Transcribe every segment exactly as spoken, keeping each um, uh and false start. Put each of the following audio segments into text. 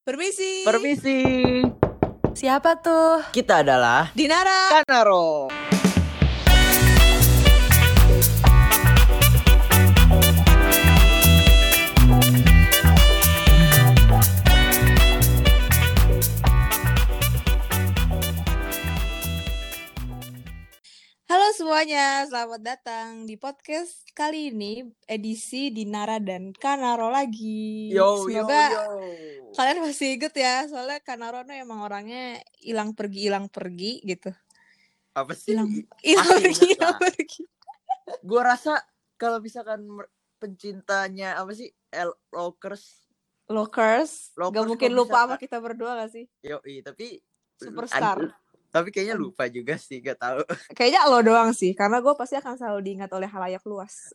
Permisi. Permisi. Siapa tuh? Kita adalah Dinara Kanaro. Halo semuanya, selamat datang di podcast kali ini edisi Dinara dan Kanaro lagi. Yo Semoga yo yo. kalian masih inget ya, soalnya Kanaro tuh emang orangnya hilang pergi hilang pergi gitu. Apa sih? Hilang hilang Masih pergi inget hilang lah. pergi. Gue rasa kalau misalkan mer- pencintanya apa sih? El Lokers. Lokers, gak Lokers mungkin kalau lupa sama misalkan- kita berdua gak sih? Yoi, tapi Superstar. an- tapi kayaknya lupa juga sih, gak tahu. Kayaknya lo doang sih, karena gue pasti akan selalu diingat oleh halayak luas.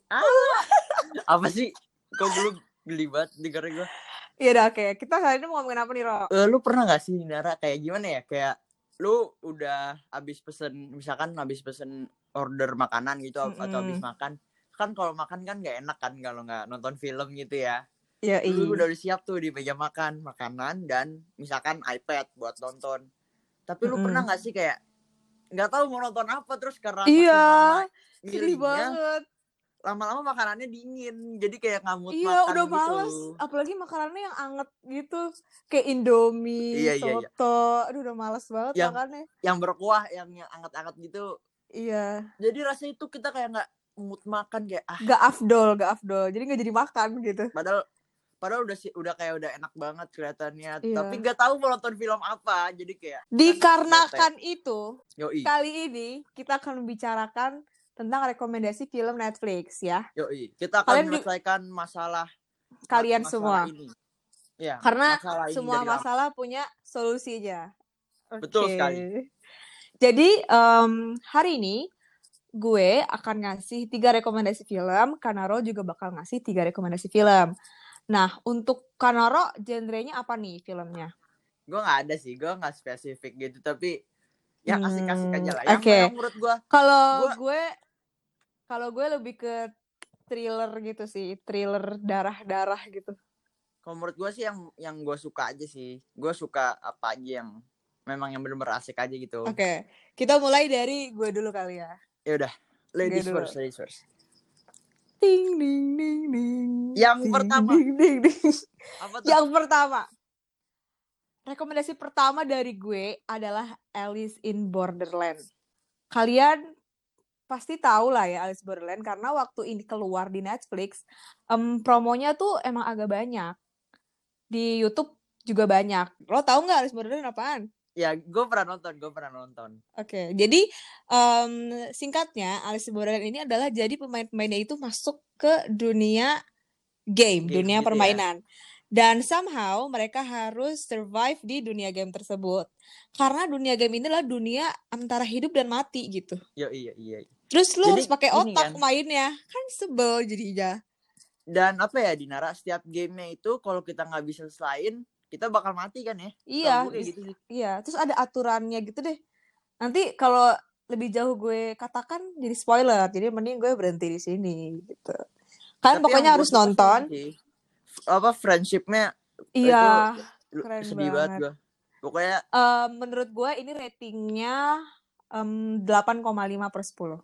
Apa sih? Kok gue geli banget dengerin gue. Iya dah, oke. Kita kali ini mau ngomongin apa nih, Ro? Eh, lu pernah gak sih Nara kayak gimana ya? Kayak lu udah habis pesen, misalkan habis pesen order makanan gitu Mm-mm. atau habis makan. Kan kalau makan kan gak enak kan kalau gak nonton film gitu ya. Iya, Lu iya. udah siap tuh di meja makan, makanan dan misalkan iPad buat nonton. Tapi lu Mm-mm. pernah gak sih kayak gak tahu mau nonton apa terus karena Iya, saking lama sedih milihnya, banget. lama-lama makanannya dingin. Jadi kayak ngamut Iya, makan udah gitu. males. Apalagi makanannya yang anget gitu. Kayak Indomie, Iya, iya, iya. soto. Aduh, udah males banget Yang- makannya. Yang berkuah, yang yang anget-anget gitu. Iya. Jadi rasanya itu kita kayak gak mood makan kayak ah. Gak afdol, gak afdol. Jadi gak jadi makan gitu. Padahal padahal udah sih udah kayak udah enak banget kelihatannya. Iya. Tapi gak tahu mau nonton film apa. Jadi kayak Dikarenakan itu, Yoi. kali ini kita akan membicarakan tentang rekomendasi film Netflix ya. Yoi. Kita akan Kalian di- menyelesaikan masalah Kalian masalah semua. ini. Ya, Karena masalah ini semua dari lama. masalah punya solusinya. Betul Oke. sekali. Jadi um, hari ini gue akan ngasih tiga rekomendasi film. Kanaro juga bakal ngasih tiga rekomendasi film. Nah, untuk Kanaro genrenya apa nih filmnya? Gue gak ada sih, gue gak spesifik gitu. Tapi yang Hmm, asik-asik aja lah. Yang, oke. yang menurut gue Kalau Gua- gue, kalau gue lebih ke thriller gitu sih, thriller darah-darah gitu. kalau menurut gue sih yang yang gue suka aja sih. Gue suka apa aja yang memang yang bener-bener asik aja gitu. Oke, kita mulai dari gue dulu kali ya. Ya udah, ladies Gue dulu. first, ladies first. Ting ding ding ding. Yang Ting, pertama. Ding, ding, ding. Apa tuh? Yang pertama. Rekomendasi pertama dari gue adalah Alice in Borderland. Kalian pasti tahu lah ya Alice in Borderland karena waktu ini keluar di Netflix, em, promonya tuh emang agak banyak. Di YouTube juga banyak. Lo tahu nggak Alice in Borderland apaan? Ya, gue pernah nonton, gue pernah nonton. Oke, jadi em, singkatnya Alice in Borderland ini adalah jadi pemain-pemainnya itu masuk ke dunia game, Game dunia gitu ya. permainan. Dan somehow mereka harus survive di dunia game tersebut. Karena dunia game ini adalah dunia antara hidup dan mati gitu. Yo iya iya. Terus lu Jadi harus pakai ini otak kan. mainnya. Kan sebel jadinya. Dan apa ya Dinara, setiap gamenya itu kalau kita nggak bisa selesain, kita bakal mati kan ya? Iya, Kalau gue kayak gitu sih. iya. Terus ada aturannya gitu deh. Nanti kalau lebih jauh gue katakan jadi spoiler. Jadi mending gue berhenti di sini gitu. Kalian Tapi pokoknya yang gua harus suka sih nonton. ini sih, apa friendshipnya Iya, itu keren sedih banget. banget gue. Pokoknya Eh, menurut gue ini ratingnya em, delapan koma lima per sepuluh.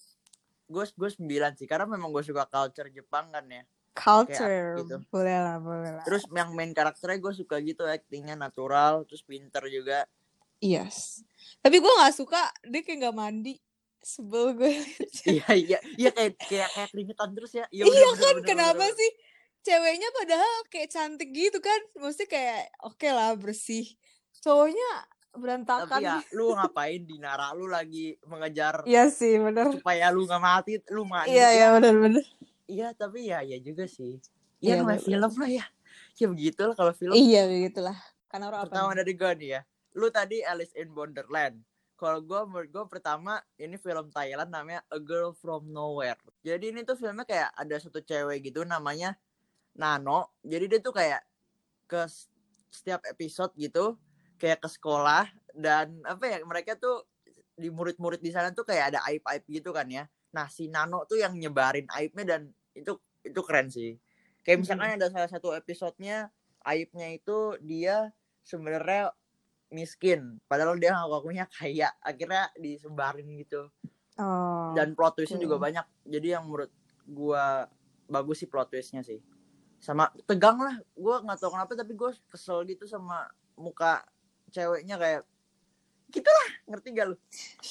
gue gue sembilan sih, karena memang gue suka culture Jepang kan ya. Culture, gitu. boleh lah, boleh lah. Terus yang main karakternya gue suka gitu, actingnya natural, terus pinter juga. Yes. Tapi gue nggak suka dia kayak nggak mandi, sebel gue. Iya iya iya kayak kayak kayak keringetan terus ya. Iya bener, bener, kan, bener, kenapa bener, bener. sih ceweknya padahal kayak cantik gitu kan, mesti kayak oke lah bersih, cowoknya berantakan. Tapi ya lu ngapain Dinara, lu lagi mengejar Iya sih bener. supaya lu nggak mati, lu mandi. Iya iya bener-bener. Iya tapi ya ya juga sih. Iya, Ya namanya bener. film lah ya. Ya begitulah kalau film. Iya begitulah. Karena orang apa? Pertama nih? dari gue nih ya. Lu tadi Alice in Borderland. Kalau gue menurut gue pertama ini film Thailand namanya A Girl from Nowhere. Jadi ini tuh filmnya kayak ada satu cewek gitu namanya Nano. Jadi dia tuh kayak ke setiap episode gitu kayak ke sekolah dan apa ya mereka tuh di murid-murid di sana tuh kayak ada aib-aib gitu kan ya. Nah si Nano tuh yang nyebarin aibnya dan itu itu keren sih. Kayak misalkan ada salah satu episodenya aibnya itu dia sebenarnya miskin, padahal dia ngaku-ngakunya kaya, akhirnya disebarin gitu. Oh, Dan plot twistnya oke. juga banyak, jadi yang menurut gua bagus sih plot twistnya sih. Sama tegang lah, gua nggak tahu kenapa tapi gue kesel gitu sama muka ceweknya kayak gitulah, ngerti gak lu?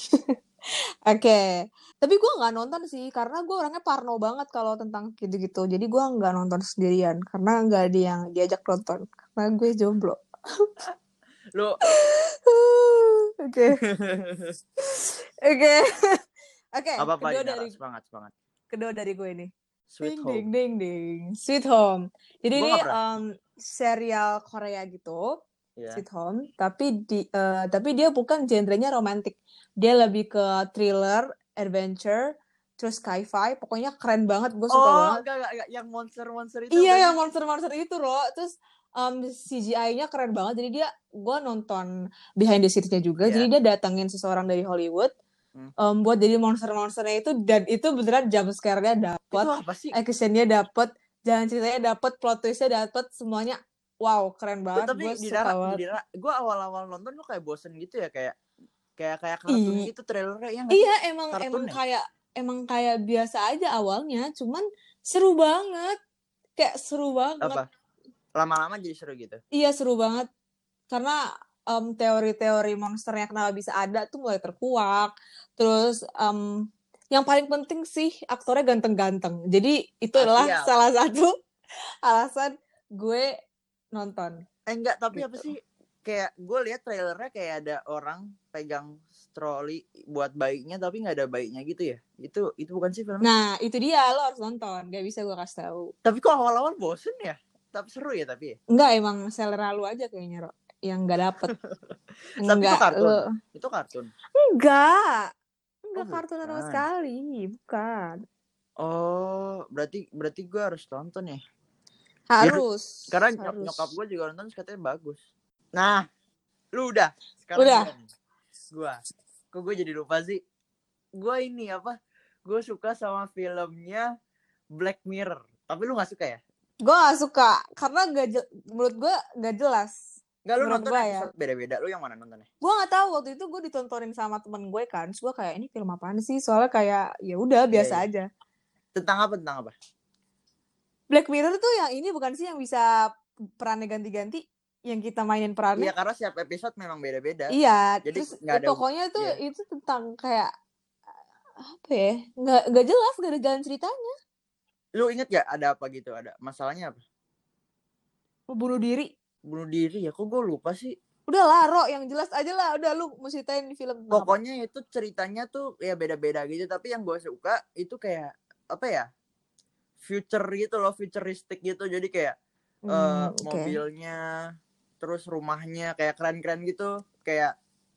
Oke, tapi gue nggak nonton sih karena gue orangnya parno banget kalau tentang gitu-gitu. Jadi gue nggak nonton sendirian karena nggak ada yang diajak nonton karena gue jomblo. Lu Oke, oke, oke. apa apa Kedua Dinara, dari semangat semangat. kedua dari gue nih. Sweet Ding ding Home. ding ding. Sweet Home. Jadi Gue ini nggak pernah. um, serial Korea gitu. Iya. Sweet Home, tapi di eh, tapi dia bukan genrenya romantis. Dia lebih ke thriller, adventure, terus sci-fi. Pokoknya keren banget, gue suka Oh, banget. enggak, enggak, enggak, yang monster-monster itu Iya, bukan yang sih? monster-monster itu loh. Terus um, C G I-nya keren banget. Jadi dia, gue nonton behind the scenes-nya juga. Iya. Jadi dia datengin seseorang dari Hollywood Hmm. um, buat jadi monster-monsternya itu, dan itu beneran jump scare-nya dapet, Itu apa sih? action-nya dapet, jalan ceritanya dapet, plot twist-nya dapet, semuanya wow, keren Oh, banget. tapi Gue di suka Dara, banget. di Dara, gue awal-awal nonton tuh kayak bosen gitu ya, kayak kayak kayak kartun I- gitu trailernya, ya nggak sih? iya, emang Kartun emang ya? kayak emang kayak biasa aja awalnya, cuman seru banget, kayak seru banget. Apa? Lama-lama jadi seru gitu. Iya, seru banget karena um, teori-teori monsternya kenapa bisa ada tuh mulai terkuak. Terus um, yang paling penting sih aktornya ganteng-ganteng. Jadi itu Ah, adalah siap. salah satu alasan gue nonton. Eh enggak, tapi apa Gitu. sih? Kayak gue lihat trailernya kayak ada orang pegang troli buat bayinya tapi nggak ada bayinya gitu ya. Itu itu bukan sih filmnya? Nah, itu dia, lo harus nonton. Gak bisa gue kasih tahu. Tapi kok awal-awal bosen ya? Tapi seru ya tapi ya? Enggak, emang selera lu aja kayaknya, Ro, yang nggak dapet. Tapi itu Enggak, kartun. lu. Itu kartun. Enggak. Oh, Enggak kartun sama bukan. sekali. Bukan. Oh, berarti berarti gue harus tonton ya. Harus. Karena harus. nyokap gue juga nonton katanya bagus. Nah, lu udah. Sekarang Udah. gue nih. Gue. Kok gue jadi lupa sih? Gue ini apa? Gue suka sama filmnya Black Mirror. Tapi lu gak suka ya? Gue gak suka. Karena gak je- menurut gue gak jelas. Gak, lu menurut nonton gue episode ya. beda-beda. Lu yang mana nontonnya? Gue gak tahu, waktu itu gue ditontonin sama temen gue kan. Terus gue kayak, ini film apaan sih? Soalnya kayak ya udah biasa Iya, iya. aja. Tentang apa? Tentang apa? Black Mirror tuh yang ini bukan sih yang bisa perannya ganti-ganti, yang kita mainin perannya? Iya, karena setiap episode memang beda-beda. Iya. Jadi Terus nggak ada. pokoknya tuh Iya. itu tentang kayak apa ya? Nggak nggak jelas, nggak ada jalan ceritanya. Lu inget gak ada apa gitu? Ada masalahnya apa? Mau bunuh diri. Bunuh diri ya? Kok gue lupa sih? Udah lah, Ro, yang jelas aja lah. Udah, lu mau ceritain di film tentang apa? Pokoknya itu ceritanya tuh ya beda-beda gitu. Tapi yang gue suka itu kayak apa ya? Future gitu loh, futuristik gitu. Jadi kayak Hmm, uh, oke. mobilnya, terus rumahnya kayak keren-keren gitu. Kayak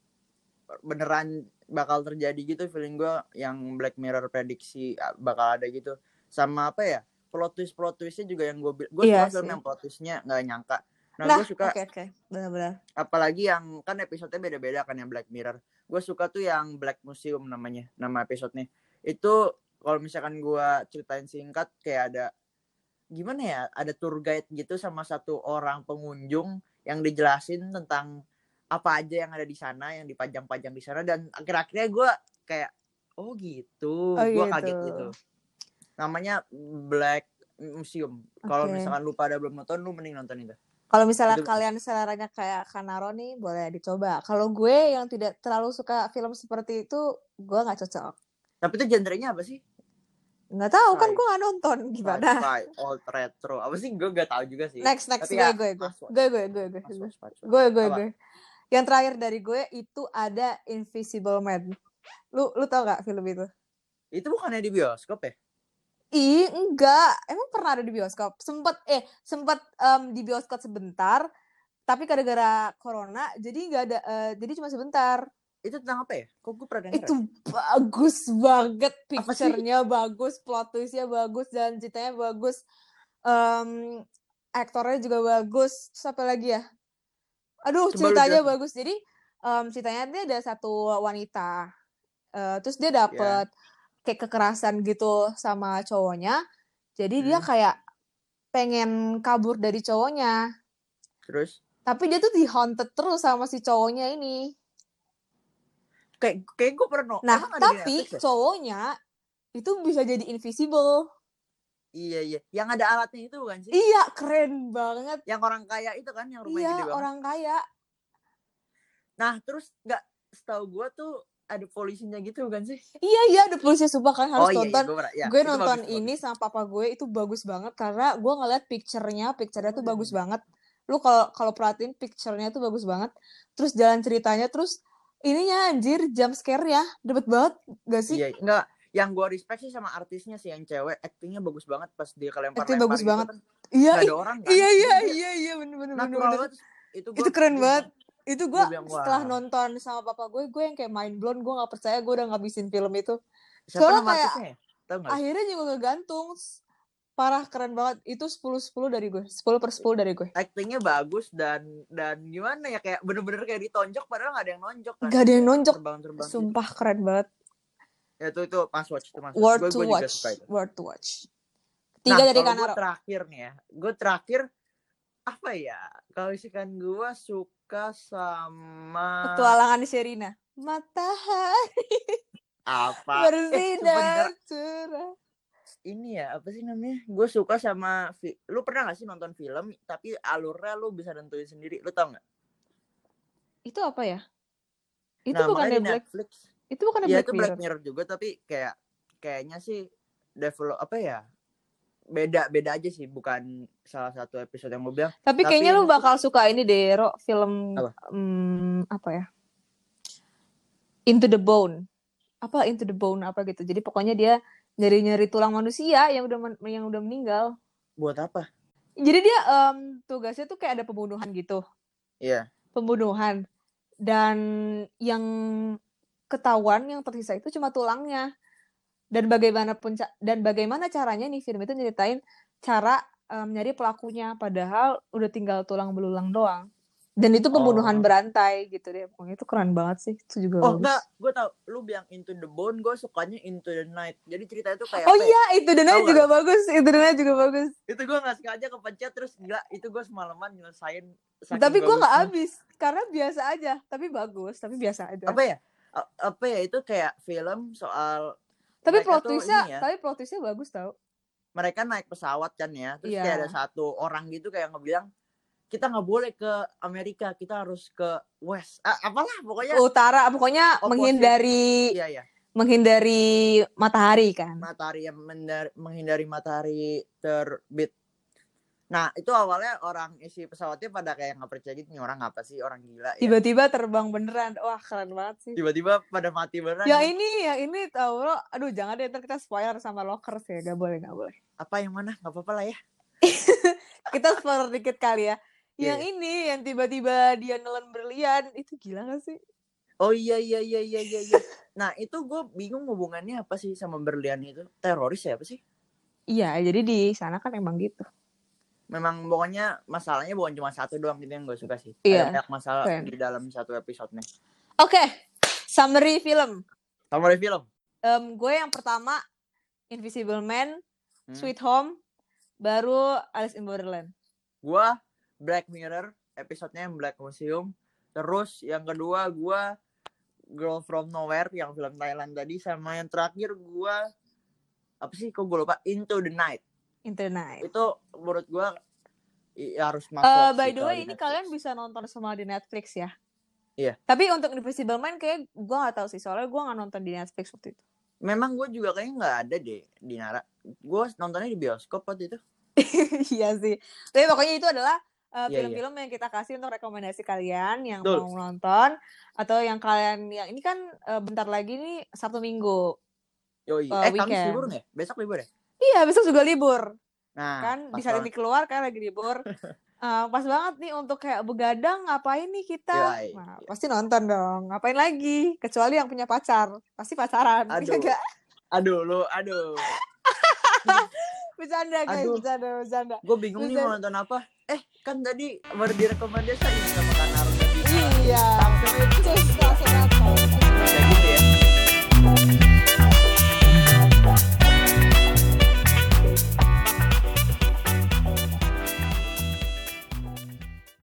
beneran bakal terjadi gitu, feeling gue yang Black Mirror prediksi bakal ada gitu. Sama apa ya, plot twist plot twistnya juga yang gue gue Iya suka film sih. yang plot twistnya nggak nyangka. Nah, Nah, gue suka oke oke, benar-benar. apalagi yang kan episodenya beda-beda kan yang Black Mirror. Gue suka tuh yang Black Museum namanya, nama episodenya. Itu kalau misalkan gue ceritain singkat kayak ada gimana ya, ada tour guide gitu sama satu orang pengunjung yang dijelasin tentang apa aja yang ada di sana, yang dipajang-pajang di sana, dan akhir-akhirnya gue kayak oh gitu, Oh gue gitu. kaget gitu. Namanya Black Museum. Kalau Oke. misalkan lu pada belum nonton, lu mending nonton itu. Kalau misalnya Itu kalian seleranya kayak Kanaro nih, boleh dicoba. Kalau gue yang tidak terlalu suka film seperti itu, gue nggak cocok. Tapi itu genrenya apa sih? Nggak tahu, kan Sci- gue nggak nonton. Gimana? Sci-fi, old retro. Apa sih? Gue gak tahu juga sih. Next next Tapi gue ya, gue gue must watch. gue gue gue gue Must watch, must watch. gue gue Apa? gue. Yang terakhir dari gue itu ada Invisible Man. Lu lu tau nggak film itu? Itu bukannya di bioskop ya? Ih, enggak. Emang pernah ada di bioskop? Sempet, eh, sempet um, di bioskop sebentar, tapi gara-gara corona, jadi nggak ada, uh, jadi cuma sebentar. Itu tentang apa ya? Kok gue pernah denger? Itu bagus banget, Apa sih? picture-nya bagus, plot twist-nya bagus, dan ceritanya bagus. Um, aktornya juga bagus. Terus apa lagi ya? Aduh, Coba ceritanya lu jelasin. bagus. Jadi, um, ceritanya dia ada satu wanita. Uh, terus dia dapet Ya. kayak kekerasan gitu sama cowoknya. Jadi Hmm. dia kayak pengen kabur dari cowoknya. Terus? Tapi dia tuh di haunted terus sama si cowoknya ini. Kayak kayak gue pernah. Nah, Emang ada di tapi Netflix ya? cowoknya itu bisa jadi invisible. Iya iya. Yang ada alatnya itu bukan sih? Iya, keren banget. Yang orang kaya itu kan, yang rumahnya Iya, gede banget. orang kaya. Nah, terus nggak, setahu gue tuh ada polisinya gitu bukan sih? Iya iya, ada polisi sumpah kan harus Oh iya, tonton. iya, gue, ya, gue itu nonton bagus, ini bagus. sama papa gue itu bagus banget karena gue ngeliat picture-nya, picture-nya tuh Oh, bagus iya. banget. Lu kalau kalau perhatiin picture-nya tuh bagus banget. Terus jalan ceritanya, terus ininya anjir jump scare-nya dapet banget gak sih? Iya, enggak. Yang gue respect sih sama artisnya sih, yang cewek actingnya bagus banget pas dia kelempar-lempar Acting bagus gitu banget. kan. Iya, Nggak ada orang kan. iya iya Dia iya iya bener bener bener. natural bener. banget. Itu, gua, Itu keren gua banget. bilang, Itu gue gua bilang, setelah wah. nonton sama papa gue, gue yang kayak mind blown, gue nggak percaya gue udah ngabisin film itu. Siapa Soalnya nama kayak artisnya ya? Tahu nggak? akhirnya juga ngegantung. Parah, keren banget. Itu sepuluh sepuluh dari gue. sepuluh per sepuluh dari gue. Actingnya bagus dan dan gimana ya, kayak bener-bener kayak ditonjok padahal nggak ada yang nonjok kan. Gak ada yang nonjok. Terbang-terbang Sumpah gitu. keren banget. Ya itu itu must watch, itu must watch. Worth Gue to gue juga watch. suka itu. Worth to watch. Tiga Nah, dari kalau gue Kanaro. terakhir nih ya. Gue terakhir apa ya? Kalau isikan gue suka sama Petualangan Sherina. Matahari apa? bersinar eh, cerah. Ini ya, apa sih namanya? Gue suka sama fi- lu pernah gak sih nonton film tapi alurnya lu bisa nentuin sendiri, lu tau gak? Itu apa ya? Itu Nah, bukan makanya di Black. Netflix. Itu bukan Ya Black itu Mirror. Black Mirror juga, tapi kayak kayaknya sih develop apa ya? Beda beda aja sih, bukan salah satu episode yang gue bilang. Tapi, Tapi kayaknya lu ini tuh- bakal suka ini deh, Ro, film Apa? hmm, apa ya? Into the Bone. Apa Into the Bone apa gitu. Jadi pokoknya dia nyari-nyari tulang manusia yang udah men- yang udah meninggal. Buat apa? Jadi dia em, tugasnya tuh kayak ada pembunuhan gitu. Iya. Pembunuhan. Dan yang ketahuan yang tersisa itu cuma tulangnya. Dan bagaimanapun ca- dan bagaimana caranya nih film itu nyeritain cara em, nyari pelakunya, padahal udah tinggal tulang belulang doang. Dan itu pembunuhan Oh. berantai gitu deh. Pokoknya itu keren banget sih. Itu juga Oh bagus. enggak, gue tau. Lu bilang Into the Bone, gue sukanya Into the Night. Jadi ceritanya tuh kayak Oh apa ya? iya, itu The Night Tahu juga nggak? bagus. Itu The Night juga bagus. Itu gue gak sengaja kepencet terus gila. Itu gue semalaman nyelesain. saking Tapi gue nggak bagusnya. habis karena biasa aja. Tapi bagus. Tapi biasa aja. Apa ya? A- Apa ya itu kayak film soal. Tapi mereka plot tuh twistnya, ini ya, tapi plot twistnya bagus tau. mereka naik pesawat kan ya. Terus Iya. kayak ada satu orang gitu kayak ngebilang, kita nggak boleh ke Amerika, kita harus ke West. Ah, apalah pokoknya. Utara, pokoknya Opposite. menghindari Iya ya. menghindari matahari kan. Matahari yang mendar- menghindari matahari terbit. Nah itu awalnya orang isi pesawatnya pada kayak nggak percaya gitu, nih orang apa sih, orang gila ya. Tiba-tiba terbang beneran. Wah, keren banget sih. Tiba-tiba pada mati beneran. Yang ya. ini, yang ini tau lo. Aduh, jangan deh, ntar kita spoiler sama Lockers ya. Gak boleh, gak boleh. Apa yang mana? Nggak apa-apa lah ya. Kita spoiler dikit kali ya. Yang Iya. ini, yang tiba-tiba dia nelen berlian. Itu gila gak sih? Oh iya iya iya iya iya. iya. Nah itu gue bingung hubungannya apa sih sama berlian itu? Teroris ya apa sih? Iya, jadi di sana kan emang gitu. Memang pokoknya masalahnya bukan cuma satu doang gitu yang gue suka sih. Iya, Ada banyak masalah keren. di dalam satu episodenya. Oke, summary film. Summary film. Em, gue yang pertama Invisible Man, Hmm. Sweet Home, baru Alice in Borderland. Gue Black Mirror, episodenya yang Black Museum. Terus yang kedua gue Girl from Nowhere yang film Thailand tadi, sama yang terakhir gue apa sih kok gue lupa, Into the Night. Into the Night. Itu menurut gue i- harus masuk. Eh, sih by the kalau way, di ini Netflix. kalian bisa nonton semua di Netflix ya. Iya. Tapi untuk Invisible Man kayak gue gak tahu sih, soalnya gue gak nonton di Netflix waktu itu. Memang gue juga kayaknya nggak ada deh di Nara. Gue nontonnya di bioskop waktu itu. Iya sih. Tapi pokoknya itu adalah uh, Iya, film-film yang kita kasih untuk rekomendasi kalian yang Betul. mau nonton, atau yang kalian yang ini kan uh, bentar lagi nih Sabtu Minggu. Yoi. Uh, eh Kamis weekend. libur nggak? Besok libur ya? Iya, besok juga libur. Nah, Kan pas di saat banget. ini keluar kan lagi libur. Uh, pas banget nih untuk kayak begadang, ngapain nih kita? Yoi. Nah, pasti nonton dong. Ngapain lagi? Kecuali yang punya pacar. Pasti pacaran. Aduh. Iya nggak? Aduh lu, aduh. Bercanda guys, Aduh. bercanda, bercanda. Gue bingung nih Terus mau nonton apa. Eh kan tadi baru direkomendasiin sama Kanaro tadi. Iya. Sampai Terus langsung nonton. kayak gitu ya.